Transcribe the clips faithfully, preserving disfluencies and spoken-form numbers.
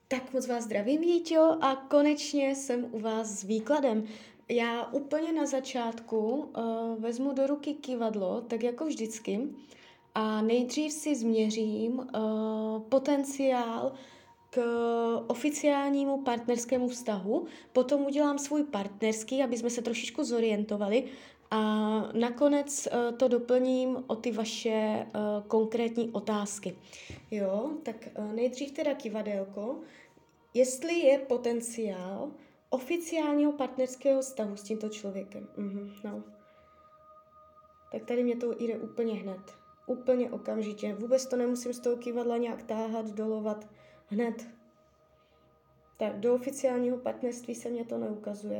Tak moc vás zdravím, Víťo, a konečně jsem u vás s výkladem. Já úplně na začátku uh, vezmu do ruky kývadlo, tak jako vždycky, a nejdřív si změřím uh, potenciál k oficiálnímu partnerskému vztahu, potom udělám svůj partnerský, aby jsme se trošičku zorientovali a nakonec uh, to doplním o ty vaše uh, konkrétní otázky. Jo, tak uh, nejdřív teda kývadelko, jestli je potenciál oficiálního partnerského vztahu s tímto člověkem. Mhm, no. Tak tady mě to jde úplně hned. Úplně okamžitě. Vůbec to nemusím z toho kývadla nějak táhat, dolovat. Hned. Tak do oficiálního partnerství se mě to neukazuje.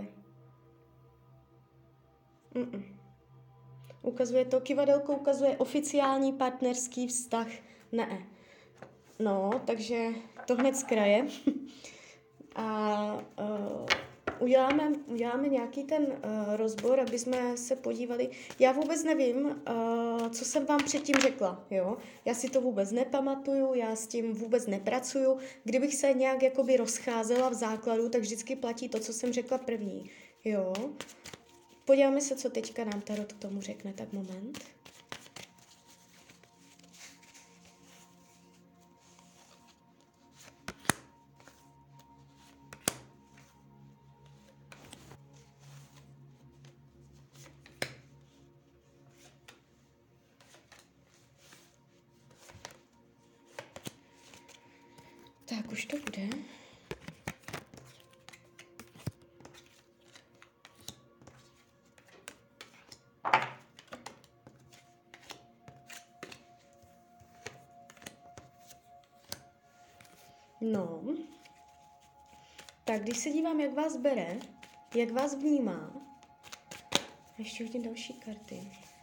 Mm-mm. Ukazuje to, kývadelko ukazuje oficiální partnerský vztah. Ne. No, takže to hned z kraje. A uh, uděláme, uděláme nějaký ten uh, rozbor, aby jsme se podívali. Já vůbec nevím, uh, co jsem vám předtím řekla, jo. Já si to vůbec nepamatuju, já s tím vůbec nepracuju. Kdybych se nějak jakoby rozcházela v základu, tak vždycky platí to, co jsem řekla první, jo. Podíváme se, co teďka nám Tarot k tomu řekne, tak moment. Tak už to bude. No, tak když se dívám, jak vás bere, jak vás vnímá, ještě hodím další karty.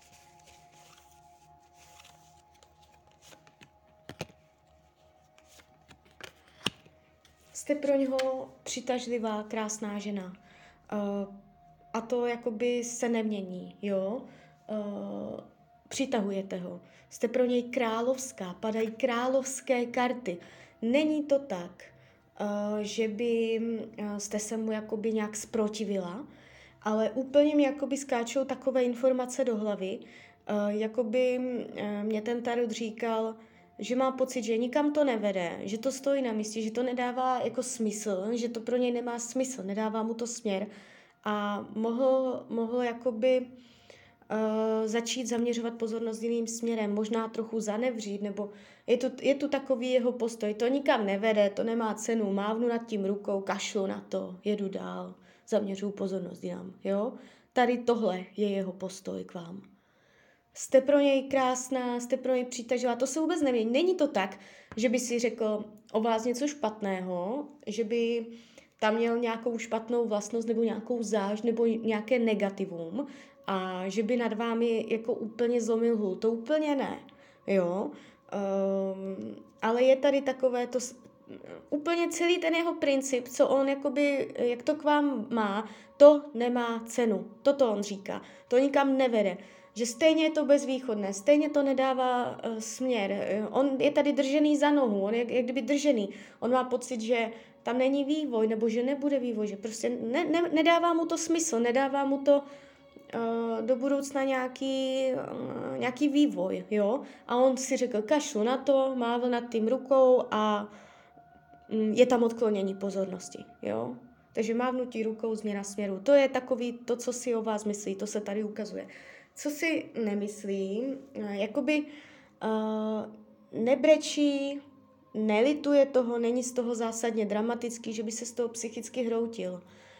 Jste pro něho přitažlivá, krásná žena. Uh, a to jakoby se nemění, jo? Uh, přitahujete ho. Jste pro něj královská, padají královské karty. Není to tak, uh, že by uh, jste se mu jakoby nějak zprotivila, ale úplně mi jakoby skáčou takové informace do hlavy, uh, jakoby uh, mě ten tarot říkal, že má pocit, že nikam to nevede, že to stojí na místě, že to nedává jako smysl, že to pro něj nemá smysl, nedává mu to směr a mohl, mohl jakoby uh, začít zaměřovat pozornost jiným směrem, možná trochu zanevřít, nebo je tu, je tu takový jeho postoj, to nikam nevede, to nemá cenu, mávnu nad tím rukou, kašlu na to, jedu dál, zaměřuju pozornost jinam, jo? Tady tohle je jeho postoj k vám. Jste pro něj krásná, jste pro něj přitažlivá, to se vůbec nemění. Není to tak, že by si řekl o vás něco špatného, že by tam měl nějakou špatnou vlastnost nebo nějakou záž nebo nějaké negativum a že by nad vámi jako úplně zlomil hůl. To úplně ne, jo. Um, ale je tady takové to úplně celý ten jeho princip, co on jakoby, jak to k vám má, to nemá cenu. Toto on říká. To nikam nevede. Že stejně je to bezvýchodné, stejně to nedává uh, směr. On je tady držený za nohu, on je jak kdyby držený. On má pocit, že tam není vývoj, nebo že nebude vývoj, že prostě ne, ne, nedává mu to smysl, nedává mu to uh, do budoucna nějaký, uh, nějaký vývoj, jo. A on si řekl, kašlu na to, mávl nad tím rukou a um, je tam odklonění pozornosti, jo. Takže mávnutí rukou, změna směru. To je takový to, co si o vás myslí, to se tady ukazuje. Co si nemyslím, jakoby uh, nebrečí, nelituje toho, není z toho zásadně dramatický, že by se z toho psychicky hroutil.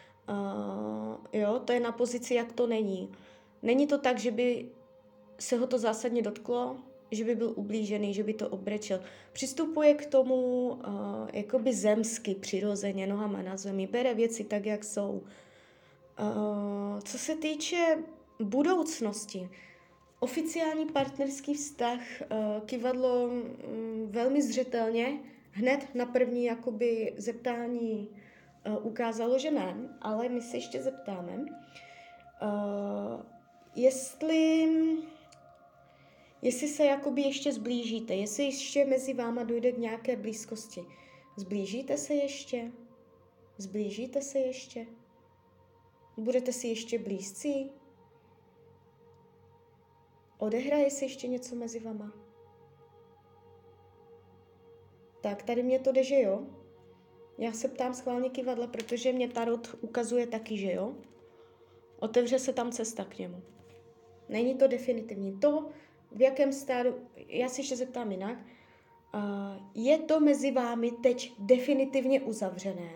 Uh, jo, to je na pozici, jak to není. Není to tak, že by se ho to zásadně dotklo, že by byl ublížený, že by to obrečil. Přistupuje k tomu uh, jakoby zemsky, přirozeně, nohama na zemi, bere věci tak, jak jsou. Uh, co se týče budoucnosti. Oficiální partnerský vztah uh, kývadlo um, velmi zřetelně, hned na první jakoby zeptání uh, ukázalo, že ne, ale my se ještě zeptáme. Uh, jestli, jestli se jakoby ještě zblížíte, jestli ještě mezi váma dojde k nějaké blízkosti. Zblížíte se ještě? Zblížíte se ještě? Budete si ještě blízcí? Odehraje se ještě něco mezi vama? Tak, tady mě to jde, že jo? Já se ptám schválně kývadla, protože mě tarot ukazuje taky, že jo? Otevře se tam cesta k němu. Není to definitivní. To, v jakém stádu, já si ještě zeptám jinak, uh, je to mezi vámi teď definitivně uzavřené?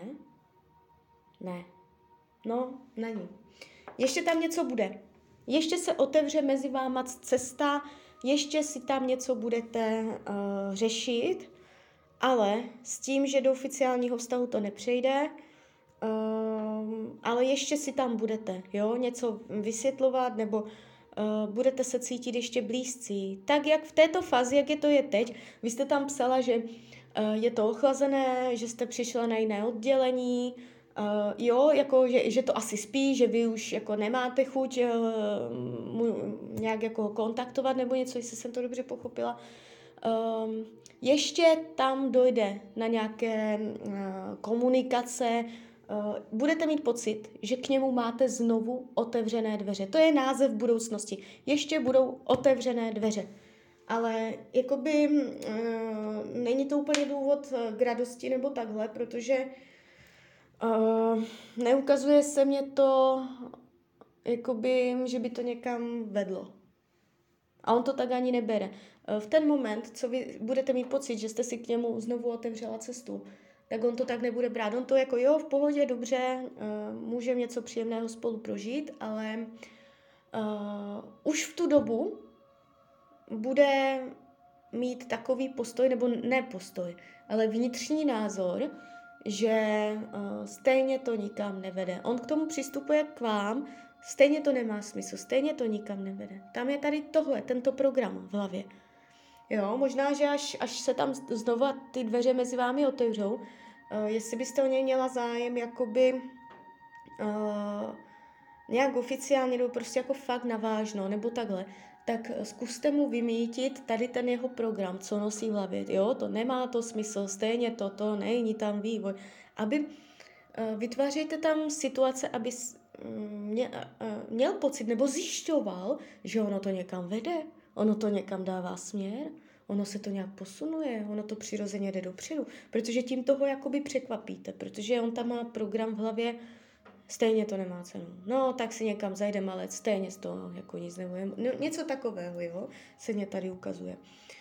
Ne. No, není. Ještě tam něco bude. Ještě se otevře mezi váma cesta, ještě si tam něco budete uh, řešit, ale s tím, že do oficiálního vztahu to nepřejde, uh, ale ještě si tam budete, jo, něco vysvětlovat, nebo uh, budete se cítit ještě blízcí. Tak jak v této fázi, jak je to je teď, vy jste tam psala, že uh, je to ochlazené, že jste přišla na jiné oddělení, Uh, jo, jako, že, že to asi spí, že vy už jako nemáte chuť uh, mu, nějak jako ho kontaktovat nebo něco, jestli jsem to dobře pochopila. Um, ještě tam dojde na nějaké uh, komunikace, uh, budete mít pocit, že k němu máte znovu otevřené dveře. To je název budoucnosti. Ještě budou otevřené dveře. Ale jakoby uh, není to úplně důvod k radosti nebo takhle, protože Uh, neukazuje se mě to, jakoby, že by to někam vedlo. A on to tak ani nebere. Uh, v ten moment, co vy budete mít pocit, že jste si k němu znovu otevřela cestu, tak on to tak nebude brát. On to jako jo, v pohodě, dobře, uh, můžeme něco příjemného spolu prožít, ale uh, už v tu dobu bude mít takový postoj, nebo ne postoj, ale vnitřní názor, že uh, stejně to nikam nevede. On k tomu přistupuje k vám, stejně to nemá smysl, stejně to nikam nevede. Tam je tady tohle, tento program v hlavě. Jo, možná, že až, až se tam znova ty dveře mezi vámi otevřou, uh, jestli byste o něj měla zájem, jakoby uh, nějak oficiálně, nebo prostě jako fakt navážno, nebo takhle, tak zkuste mu vymítit tady ten jeho program, co nosí v hlavě. Jo, to nemá to smysl, stejně to, to není tam vývoj. Aby uh, vytvářejte tam situace, aby mě, uh, měl pocit nebo zjišťoval, že ono to někam vede, ono to někam dává směr, ono se to nějak posunuje, ono to přirozeně jde dopředu, protože tím toho jakoby překvapíte, protože on tam má program v hlavě, stejně to nemá cenu. No, tak si někam zajdeme, ale stejně z toho jako nic nebude. No, něco takového, jo, se mě tady ukazuje.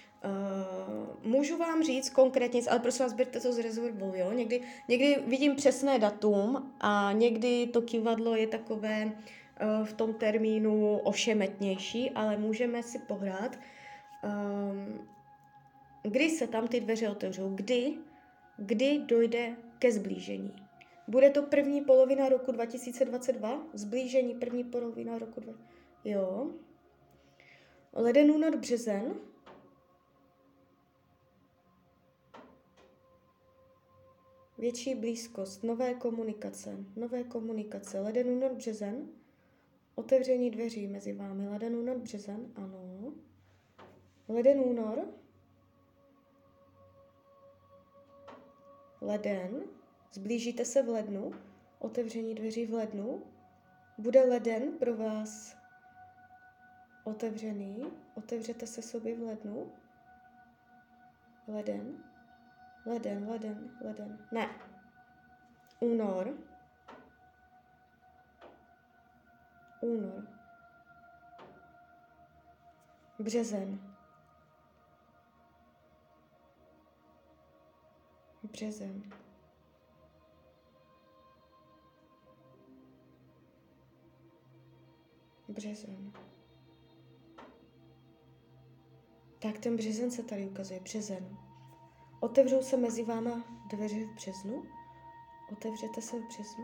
Uh, můžu vám říct konkrétně, ale prosím vás, berte to s rezervou, jo. Někdy, někdy vidím přesné datum a někdy to kývadlo je takové uh, v tom termínu ošemetnější, ale můžeme si pohrát. Um, kdy se tam ty dveře otevřou? Kdy? Kdy dojde ke zblížení? Bude to první polovina roku dva tisíce dvacet dva? Zblížení první polovina roku dva. Jo. Leden, únor, březen. Větší blízkost, nové komunikace, nové komunikace. Leden, únor, březen. Otevření dveří mezi vámi. Leden, únor, březen, ano. Leden, únor. Leden. Zblížíte se v lednu, otevření dveří v lednu. Bude leden pro vás otevřený, otevřete se sobě v lednu. Leden, leden, leden, leden, ne. Únor, únor, březen, březen. Březen. Tak ten březen se tady ukazuje. Březen. Otevřou se mezi váma dveře v březnu? Otevřete se v březnu?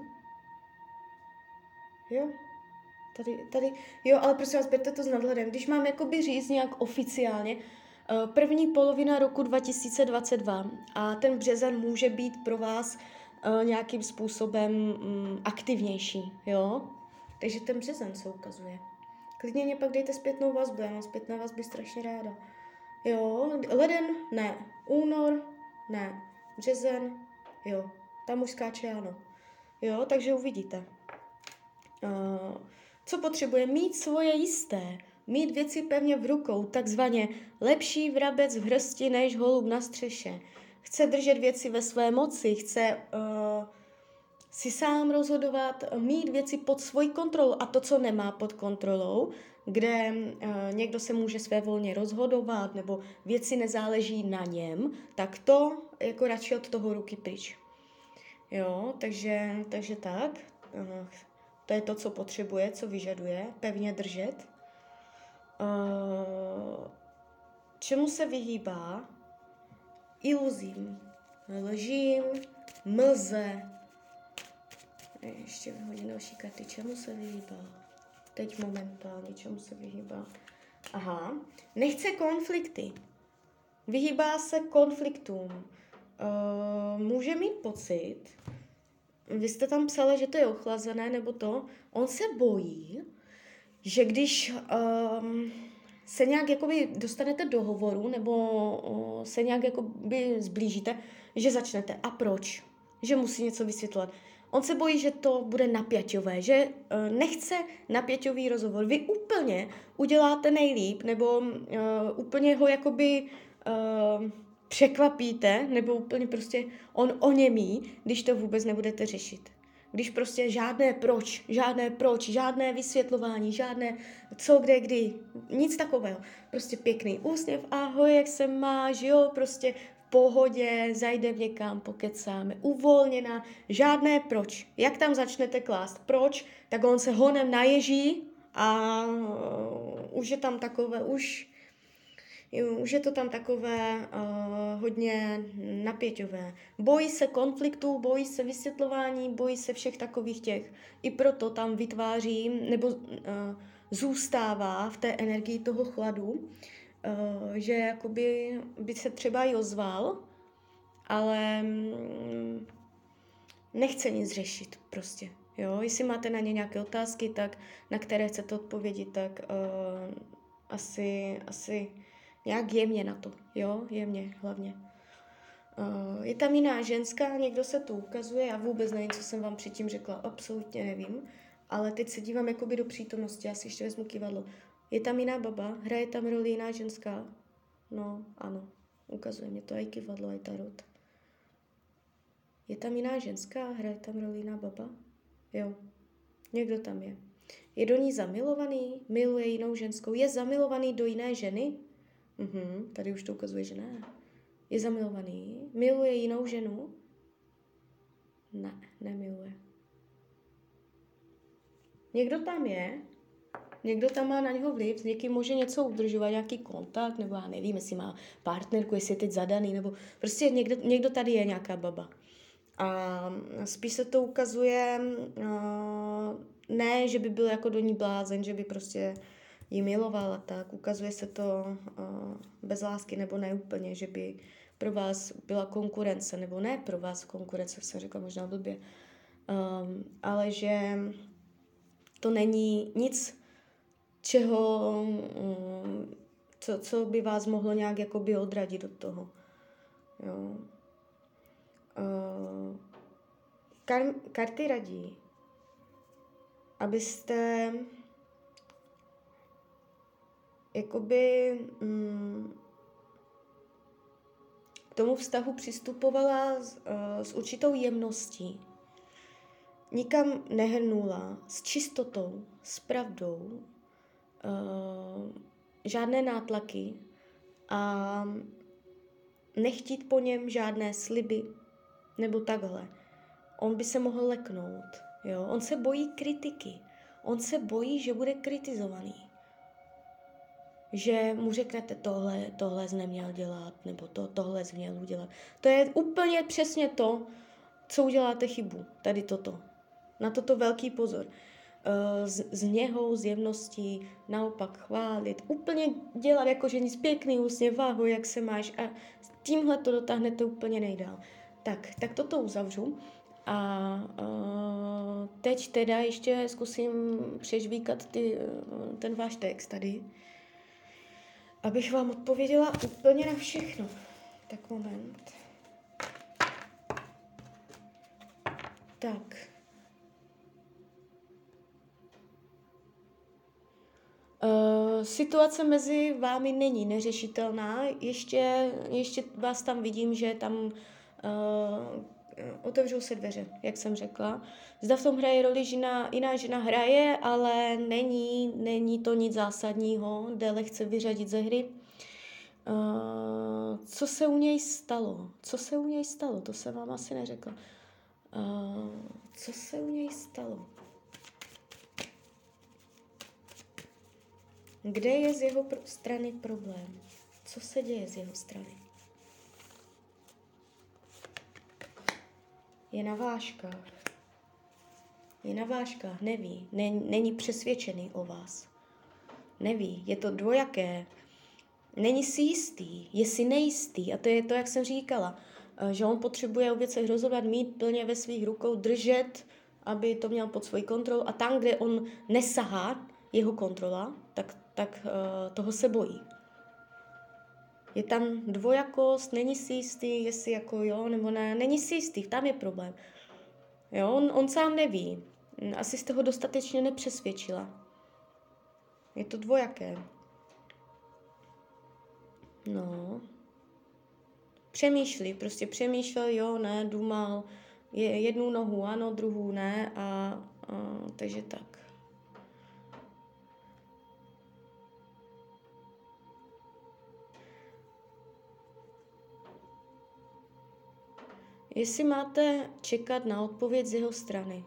Jo. Tady, tady, jo, ale prosím vás, berte to s nadhledem. Když mám jakoby říct nějak oficiálně, první polovina roku dva tisíce dvacet dva a ten březen může být pro vás nějakým způsobem mm, aktivnější, jo? Takže ten březen se ukazuje. Klidně mě pak dejte zpětnou vazbu, já mám zpětné vazby strašně ráda. Jo, leden, ne. Únor, ne. Březen, Jo, tam už skáče ano. Jo, takže uvidíte. Uh, co potřebuje? Mít svoje jisté. Mít věci pevně v rukou, takzvaně lepší vrabec v hrsti než holub na střeše. Chce držet věci ve své moci, chce uh, si sám rozhodovat, mít věci pod svojí kontrolou a to, co nemá pod kontrolou, kde uh, někdo se může svévolně rozhodovat nebo věci nezáleží na něm, tak to jako radši od toho ruky pryč. Jo, takže, takže tak. Uh, to je to, co potřebuje, co vyžaduje, pevně držet. Uh, čemu se vyhýbá? Iluzím, lžím, mlze. Ještě vyhodím další karty. Čemu se vyhýbá? Teď momentálně, čemu se vyhýbá? Aha, nechce konflikty. Vyhýbá se konfliktům. Uh, může mít pocit, vy jste tam psali, že to je ochlazené, nebo to, on se bojí, že když um, se nějak jakoby dostanete do hovoru, nebo uh, se nějak jakoby zblížíte, že začnete. A proč? Že musí něco vysvětlovat. On se bojí, že to bude napěťové, že uh, nechce napěťový rozhovor. Vy úplně uděláte nejlíp, nebo uh, úplně ho jakoby uh, překvapíte, nebo úplně prostě on oněmí, když to vůbec nebudete řešit. Když prostě žádné proč, žádné proč, žádné vysvětlování, žádné co, kde, kdy, nic takového. Prostě pěkný úsměv, ahoj, jak se máš, jo, prostě v pohodě, zajdem někam, pokecáme, uvolněná, žádné proč. Jak tam začnete klást proč, tak on se honem naježí a uh, už je tam takové, už... Už je to tam takové uh, hodně napěťové. Bojí se konfliktů, bojí se vysvětlování, bojí se všech takových těch. I proto tam vytváří, nebo uh, zůstává v té energii toho chladu, uh, že jakoby by se třeba i ozval, ale um, nechce nic řešit prostě. Jo? Jestli máte na ně nějaké otázky, tak na které chcete odpovědět, tak uh, asi... asi nějak jemně na to, jo, jemně hlavně. Uh, je tam jiná ženská, někdo se tu ukazuje, já vůbec nevím, co jsem vám předtím řekla, absolutně nevím, ale teď se dívám jakoby do přítomnosti, já si ještě vezmu kývadlo. Je tam jiná baba, hraje tam roli jiná ženská? No, ano, ukazuje mě to i kývadlo, i tarot. Je tam jiná ženská, hraje tam roli jiná baba? Jo, někdo tam je. Je do ní zamilovaný, miluje jinou ženskou, je zamilovaný do jiné ženy? Mhm, tady už to ukazuje, že ne. Je zamilovaný, miluje jinou ženu? Ne, nemiluje. Někdo tam je, někdo tam má na něho vliv, s někým může něco udržovat, nějaký kontakt, nebo já nevím, jestli má partnerku, jestli je teď zadaný, nebo prostě někdo, někdo tady je, nějaká baba. A spíš se to ukazuje, ne, že by byl jako do ní blázen, že by prostě ji milovala, tak ukazuje se to uh, bez lásky, nebo ne úplně, že by pro vás byla konkurence, nebo ne pro vás konkurence, jsem řekla možná blbě, um, ale že to není nic, čeho, um, co, co by vás mohlo nějak jakoby odradit od toho. Jo. Uh, kar- karty radí, abyste jakoby mm, k tomu vztahu přistupovala s, uh, s určitou jemností. Nikam nehrnula, s čistotou, s pravdou, uh, žádné nátlaky a nechtít po něm žádné sliby nebo takhle. On by se mohl leknout. Jo? On se bojí kritiky. On se bojí, že bude kritizovaný. Že mu řeknete tohle, tohle jsi neměl dělat, nebo to, tohle jsi měl udělat. To je úplně přesně to, co uděláte chybu. Tady toto. Na toto velký pozor. Z, z něhou, z jemností, naopak chválit. Úplně dělat jako, že nic pěkný úsměv, váho, jak se máš. A tímhle to dotáhnete úplně nejdál. Tak, tak toto uzavřu. A, a teď teda ještě zkusím přežvíkat ty, ten váš text tady, abych vám odpověděla úplně na všechno. Tak moment. Tak. Uh, situace mezi vámi není neřešitelná, ještě, ještě vás tam vidím, že tam uh, otevřou se dveře, jak jsem řekla. Zda v tom hraje roli žena, jiná žena hraje, ale není, není to nic zásadního, jde lehce vyřadit ze hry. Uh, co se u něj stalo? Co se u něj stalo? To jsem vám asi neřekla. Uh, co se u něj stalo? Kde je z jeho pr- strany problém? Co se děje z jeho strany? Je na vážkách. Je na vážkách, neví. Není přesvědčený o vás. Neví, je to dvojaké. Není si jistý, je si nejistý. A to je to, jak jsem říkala, že on potřebuje o věcech rozhodovat, mít plně ve svých rukou, držet, aby to měl pod svojí kontrolou. A tam, kde on nesahá, jeho kontrola, tak, tak uh, toho se bojí. Je tam dvojakost, není si jistý, jestli jako jo nebo ne, není si jistý, tam je problém. Jo, on, on sám neví. Asi jste ho dostatečně nepřesvědčila. Je to dvojaké. No. Přemýšlí, prostě přemýšlel, jo, ne, důmal, je jednu nohu ano, druhou ne a, a takže tak. Jestli máte čekat na odpověď z jeho strany.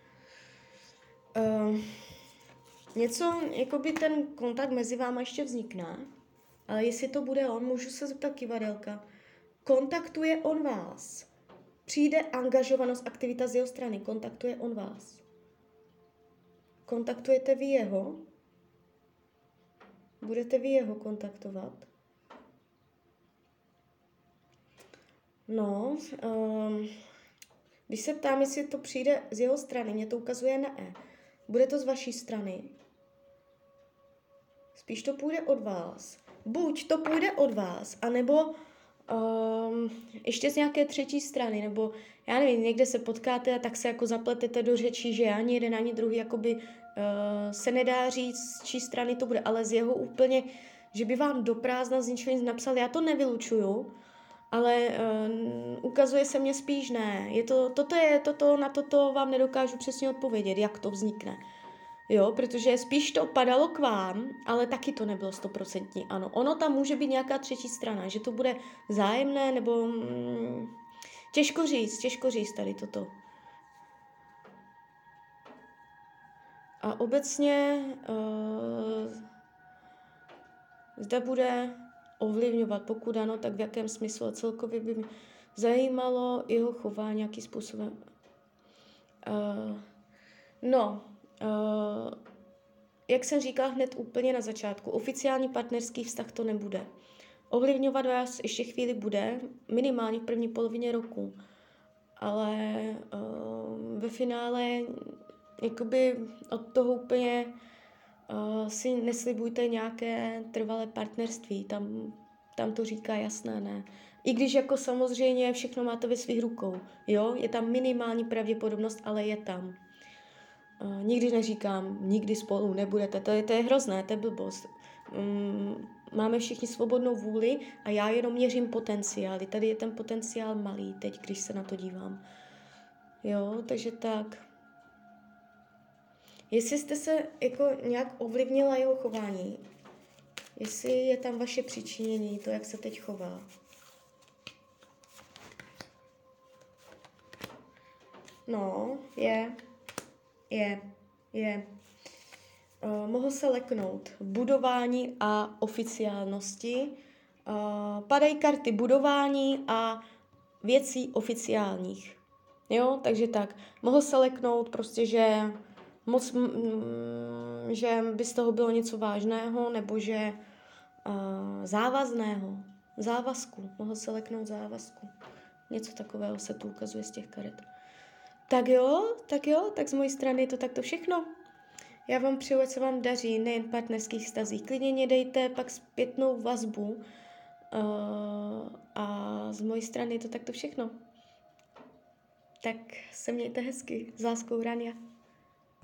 Uh, něco, jakoby ten kontakt mezi váma ještě vznikne, ale jestli to bude on, můžu se zeptat kivadelka. Kontaktuje on vás? Přijde angažovanost, aktivita z jeho strany, kontaktuje on vás? Kontaktujete vy jeho? Budete vy jeho kontaktovat? No, um, když se ptám, jestli to přijde z jeho strany, mě to ukazuje ne. Bude to z vaší strany? Spíš to půjde od vás. Buď to půjde od vás, anebo um, ještě z nějaké třetí strany, nebo já nevím, někde se potkáte a tak se jako zapletete do řečí, že ani jeden, ani druhý jakoby uh, se nedá říct, z čí strany to bude, ale z jeho úplně, že by vám do prázdna z ničeho nic napsal, já to nevylučuju, ale uh, ukazuje se mně spíš ne. Je to, toto je, toto, na toto vám nedokážu přesně odpovědět, jak to vznikne. Jo, protože spíš to padalo k vám, ale taky to nebylo stoprocentní. Ano, ono tam může být nějaká třetí strana, že to bude zájemné, nebo mm, těžko říct, těžko říct tady toto. A obecně uh, zda bude ovlivňovat, pokud ano, tak v jakém smyslu. A celkově by mě zajímalo jeho chování nějakým způsobem. Uh, no, Uh, jak jsem říkala hned úplně na začátku, oficiální partnerský vztah to nebude. Ovlivňovat vás ještě chvíli bude, minimálně v první polovině roku. Ale uh, ve finále jakoby od toho úplně uh, si neslibujte nějaké trvalé partnerství. Tam, tam to říká jasné, ne. I když jako samozřejmě všechno máte ve svých rukou. Jo? Je tam minimální pravděpodobnost, ale je tam. Uh, nikdy neříkám, nikdy spolu nebudete, to je, to je hrozné, to je blbost. Um, máme všichni svobodnou vůli a já jenom měřím potenciály. Tady je ten potenciál malý teď, když se na to dívám. Jo, takže tak. Jestli jste se jako nějak ovlivnila jeho chování, jestli je tam vaše přičinění, to, jak se teď chová. No, je... Je, je. Uh, mohl se leknout budování a oficiálnosti. Uh, padají karty budování a věcí oficiálních. Jo, takže tak. Mohl se leknout prostě, že moc, mm, že by z toho bylo něco vážného, nebo že uh, závazného, závazku. Mohl se leknout závazku. Něco takového se tu ukazuje z těch karet. Tak jo, tak jo, tak z mojí strany je to takto všechno. Já vám přeju, ať se vám daří nejen v partnerských vztazích. Klidně mě dejte pak zpětnou vazbu uh, a z mojí strany je to takto všechno. Tak se mějte hezky. S láskou, Rania.